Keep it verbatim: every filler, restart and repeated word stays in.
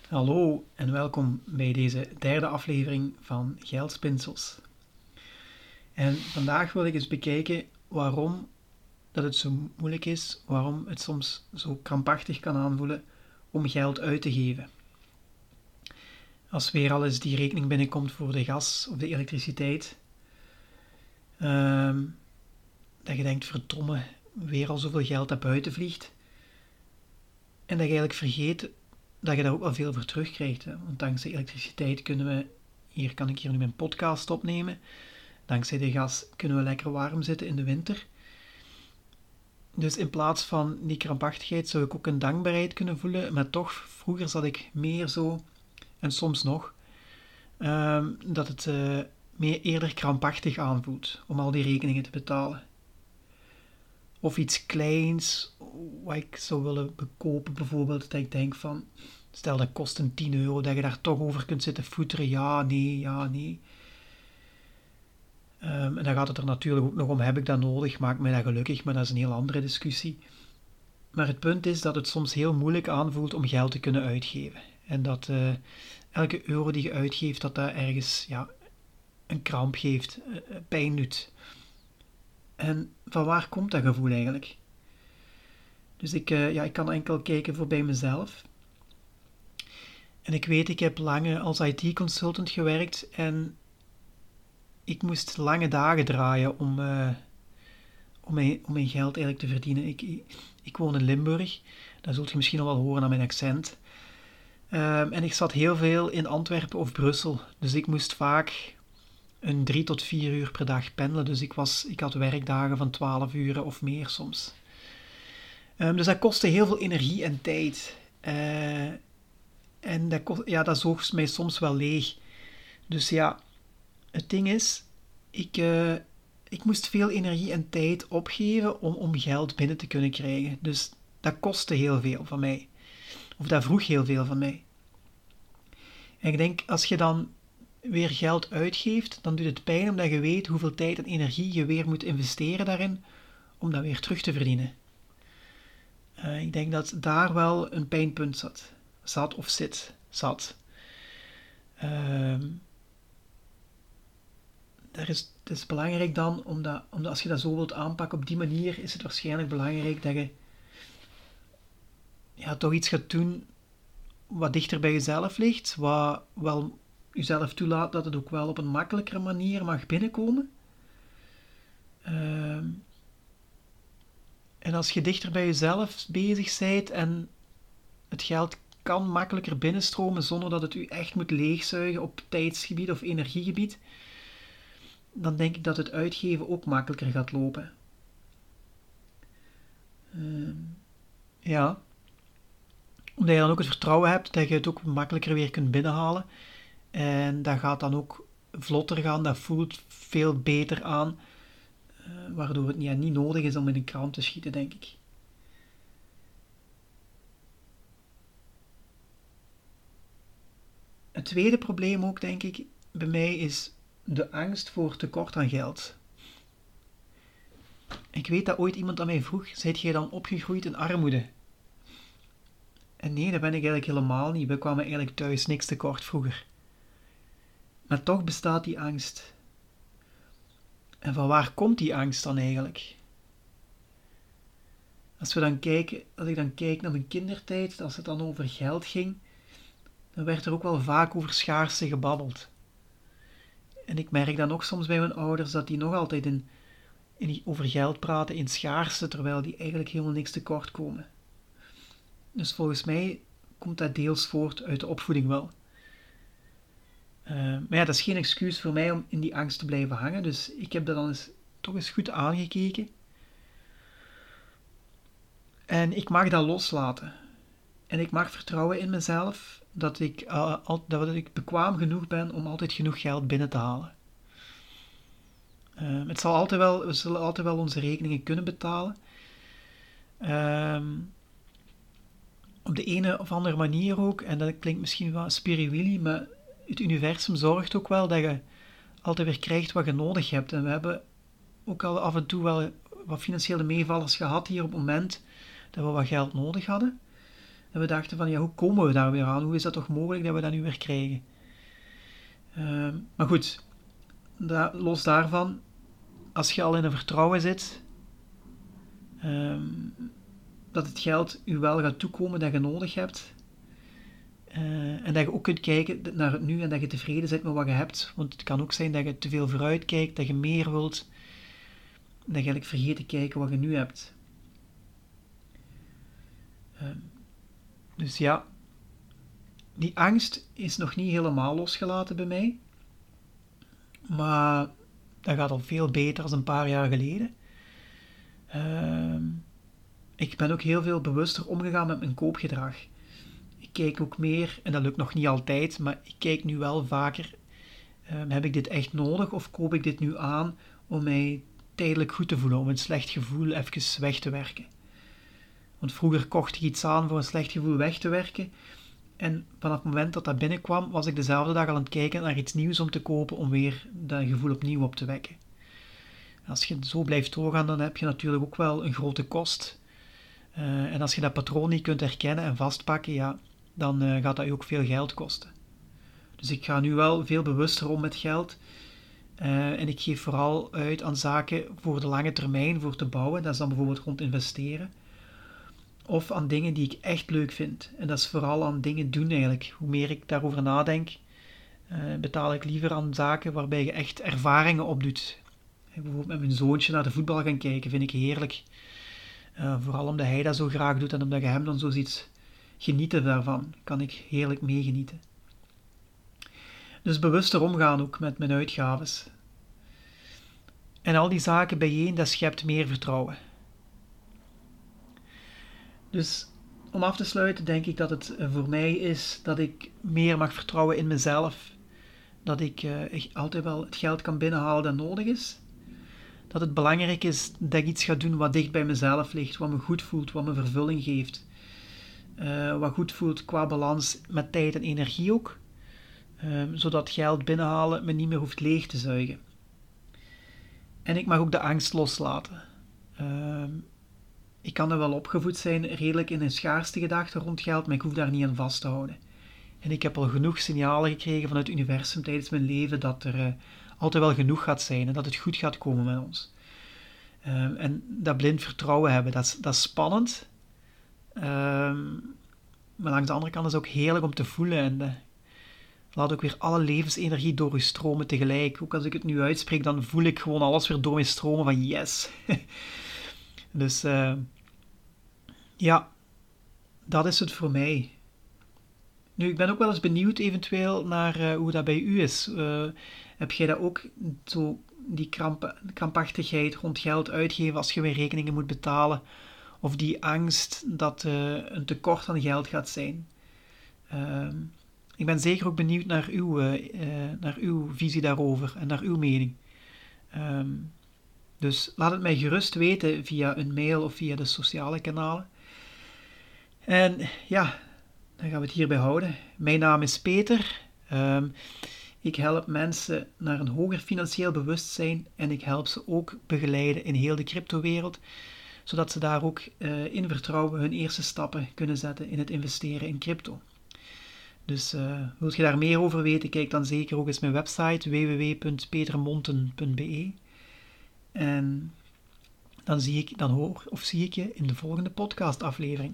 Hallo en welkom bij deze derde aflevering van Geldspinsels. En vandaag wil ik eens bekijken waarom dat het zo moeilijk is, waarom het soms zo krampachtig kan aanvoelen om geld uit te geven. Als weer al eens die rekening binnenkomt voor de gas of de elektriciteit, um, dat je denkt, verdomme, weer al zoveel geld dat buiten vliegt. En dat je eigenlijk vergeet dat je daar ook wel veel voor terugkrijgt. Hè. Want dankzij elektriciteit kunnen we, hier kan ik hier nu mijn podcast opnemen, dankzij de gas kunnen we lekker warm zitten in de winter. Dus in plaats van die krampachtigheid zou ik ook een dankbaarheid kunnen voelen, maar toch, vroeger zat ik meer zo, en soms nog, um, dat het uh, meer eerder krampachtig aanvoelt om al die rekeningen te betalen. Of iets kleins, wat ik zou willen bekopen bijvoorbeeld, dat ik denk van, stel dat kost een tien euro, dat je daar toch over kunt zitten voeteren, ja, nee, ja, nee. Um, en dan gaat het er natuurlijk ook nog om, heb ik dat nodig, maakt mij dat gelukkig, maar dat is een heel andere discussie. Maar het punt is dat het soms heel moeilijk aanvoelt om geld te kunnen uitgeven. En dat uh, elke euro die je uitgeeft, dat dat ergens ja, een kramp geeft, uh, pijn doet. En van waar komt dat gevoel eigenlijk? Dus ik, uh, ja, ik kan enkel kijken voor bij mezelf. En ik weet, ik heb lang als I T-consultant gewerkt en ik moest lange dagen draaien om, uh, om, mijn, om mijn geld eigenlijk te verdienen. Ik, ik, ik woon in Limburg, dat zult je misschien al wel horen aan mijn accent. Um, en ik zat heel veel in Antwerpen of Brussel, dus ik moest vaak een drie tot vier uur per dag pendelen. Dus ik, was, ik had werkdagen van twaalf uur of meer soms. Um, dus dat kostte heel veel energie en tijd. Uh, en dat, kost, ja, dat zoog mij soms wel leeg. Dus ja, het ding is, ik, uh, ik moest veel energie en tijd opgeven om, om geld binnen te kunnen krijgen. Dus dat kostte heel veel van mij. Of dat vroeg heel veel van mij. En ik denk, als je dan weer geld uitgeeft, dan doet het pijn omdat je weet hoeveel tijd en energie je weer moet investeren daarin om dat weer terug te verdienen. Uh, ik denk dat daar wel een pijnpunt zat. Zat of zit. Zat. Uh, daar is, het is belangrijk dan, omdat, omdat als je dat zo wilt aanpakken op die manier, is het waarschijnlijk belangrijk dat je ja, toch iets gaat doen wat dichter bij jezelf ligt, wat wel jezelf toelaat dat het ook wel op een makkelijkere manier mag binnenkomen. Uh, en als je dichter bij jezelf bezig bent en het geld kan makkelijker binnenstromen zonder dat het u echt moet leegzuigen op tijdsgebied of energiegebied, dan denk ik dat het uitgeven ook makkelijker gaat lopen. Uh, ja. Omdat je dan ook het vertrouwen hebt dat je het ook makkelijker weer kunt binnenhalen. En dat gaat dan ook vlotter gaan, dat voelt veel beter aan, uh, waardoor het ja, niet nodig is om in een krant te schieten, denk ik. Het tweede probleem ook, denk ik, bij mij is de angst voor tekort aan geld. Ik weet dat ooit iemand aan mij vroeg, zijt jij dan opgegroeid in armoede? En nee, dat ben ik eigenlijk helemaal niet. We kwamen eigenlijk thuis niks tekort vroeger. Maar toch bestaat die angst. En van waar komt die angst dan eigenlijk? Als we dan kijken, als ik dan kijk naar mijn kindertijd, als het dan over geld ging, dan werd er ook wel vaak over schaarste gebabbeld. En ik merk dan ook soms bij mijn ouders dat die nog altijd in, in, over geld praten in schaarste, terwijl die eigenlijk helemaal niks tekort komen. Dus volgens mij komt dat deels voort uit de opvoeding wel. Uh, maar ja, dat is geen excuus voor mij om in die angst te blijven hangen. Dus ik heb dat dan eens, toch eens goed aangekeken. En ik mag dat loslaten. En ik mag vertrouwen in mezelf dat ik, uh, al, dat ik bekwaam genoeg ben om altijd genoeg geld binnen te halen. Uh, het zal altijd wel, we zullen altijd wel onze rekeningen kunnen betalen. Uh, op de ene of andere manier ook. En dat klinkt misschien wel spiritueel, maar het universum zorgt ook wel dat je altijd weer krijgt wat je nodig hebt. En we hebben ook al af en toe wel wat financiële meevallers gehad hier op het moment dat we wat geld nodig hadden. Dat we dachten van, ja, hoe komen we daar weer aan? Hoe is dat toch mogelijk dat we dat nu weer krijgen? Uh, maar goed, da- los daarvan, als je al in een vertrouwen zit, um, dat het geld je wel gaat toekomen dat je nodig hebt, uh, en dat je ook kunt kijken naar het nu en dat je tevreden bent met wat je hebt, want het kan ook zijn dat je te veel vooruit kijkt, dat je meer wilt, dat je eigenlijk vergeet te kijken wat je nu hebt. Um, dus ja, die angst is nog niet helemaal losgelaten bij mij, maar dat gaat al veel beter dan een paar jaar geleden. Uh, ik ben ook heel veel bewuster omgegaan met mijn koopgedrag. Ik kijk ook meer, en dat lukt nog niet altijd, maar ik kijk nu wel vaker, uh, heb ik dit echt nodig of koop ik dit nu aan om mij tijdelijk goed te voelen, om een slecht gevoel even weg te werken. Want vroeger kocht ik iets aan voor een slecht gevoel weg te werken. En vanaf het moment dat dat binnenkwam, was ik dezelfde dag al aan het kijken naar iets nieuws om te kopen, om weer dat gevoel opnieuw op te wekken. Als je zo blijft doorgaan, dan heb je natuurlijk ook wel een grote kost. Uh, en als je dat patroon niet kunt herkennen en vastpakken, ja, dan uh, gaat dat je ook veel geld kosten. Dus ik ga nu wel veel bewuster om met geld. Uh, en ik geef vooral uit aan zaken voor de lange termijn, voor te bouwen. Dat is dan bijvoorbeeld rond investeren. Of aan dingen die ik echt leuk vind. En dat is vooral aan dingen doen eigenlijk. Hoe meer ik daarover nadenk, uh, betaal ik liever aan zaken waarbij je echt ervaringen opdoet. Bijvoorbeeld met mijn zoontje naar de voetbal gaan kijken, vind ik heerlijk. Uh, vooral omdat hij dat zo graag doet en omdat je hem dan zo ziet genieten daarvan, kan ik heerlijk meegenieten. Dus bewuster omgaan ook met mijn uitgaves. En al die zaken bijeen, dat schept meer vertrouwen. Dus om af te sluiten denk ik dat het voor mij is dat ik meer mag vertrouwen in mezelf. Dat ik uh, altijd wel het geld kan binnenhalen dat nodig is. Dat het belangrijk is dat ik iets ga doen wat dicht bij mezelf ligt, wat me goed voelt, wat me vervulling geeft. Uh, wat goed voelt qua balans met tijd en energie ook. Uh, zodat geld binnenhalen me niet meer hoeft leeg te zuigen. En ik mag ook de angst loslaten. Uh, ik kan er wel opgevoed zijn, redelijk in een schaarste gedachte rond geld, maar ik hoef daar niet aan vast te houden. En ik heb al genoeg signalen gekregen vanuit het universum tijdens mijn leven dat er uh, altijd wel genoeg gaat zijn en dat het goed gaat komen met ons. Uh, en dat blind vertrouwen hebben, dat is, dat is spannend. Uh, maar langs de andere kant is het ook heerlijk om te voelen en uh, laat ook weer alle levensenergie door je stromen tegelijk. Ook als ik het nu uitspreek, dan voel ik gewoon alles weer door mijn stromen van yes. Dus uh, ja, dat is het voor mij. Nu, ik ben ook wel eens benieuwd eventueel naar uh, hoe dat bij u is. Uh, heb jij dat ook, zo die kramp, krampachtigheid rond geld uitgeven als je weer rekeningen moet betalen? Of die angst dat uh, een tekort aan geld gaat zijn? Uh, ik ben zeker ook benieuwd naar uw, uh, uh, naar uw visie daarover en naar uw mening. Um, dus laat het mij gerust weten via een mail of via de sociale kanalen. En ja, dan gaan we het hierbij houden. Mijn naam is Peter. Um, ik help mensen naar een hoger financieel bewustzijn en ik help ze ook begeleiden in heel de cryptowereld, zodat ze daar ook uh, in vertrouwen hun eerste stappen kunnen zetten in het investeren in crypto. Dus uh, wilt je daar meer over weten, kijk dan zeker ook eens mijn website w w w punt petermonten punt b e. En dan zie ik, dan hoor of zie ik je in de volgende podcastaflevering.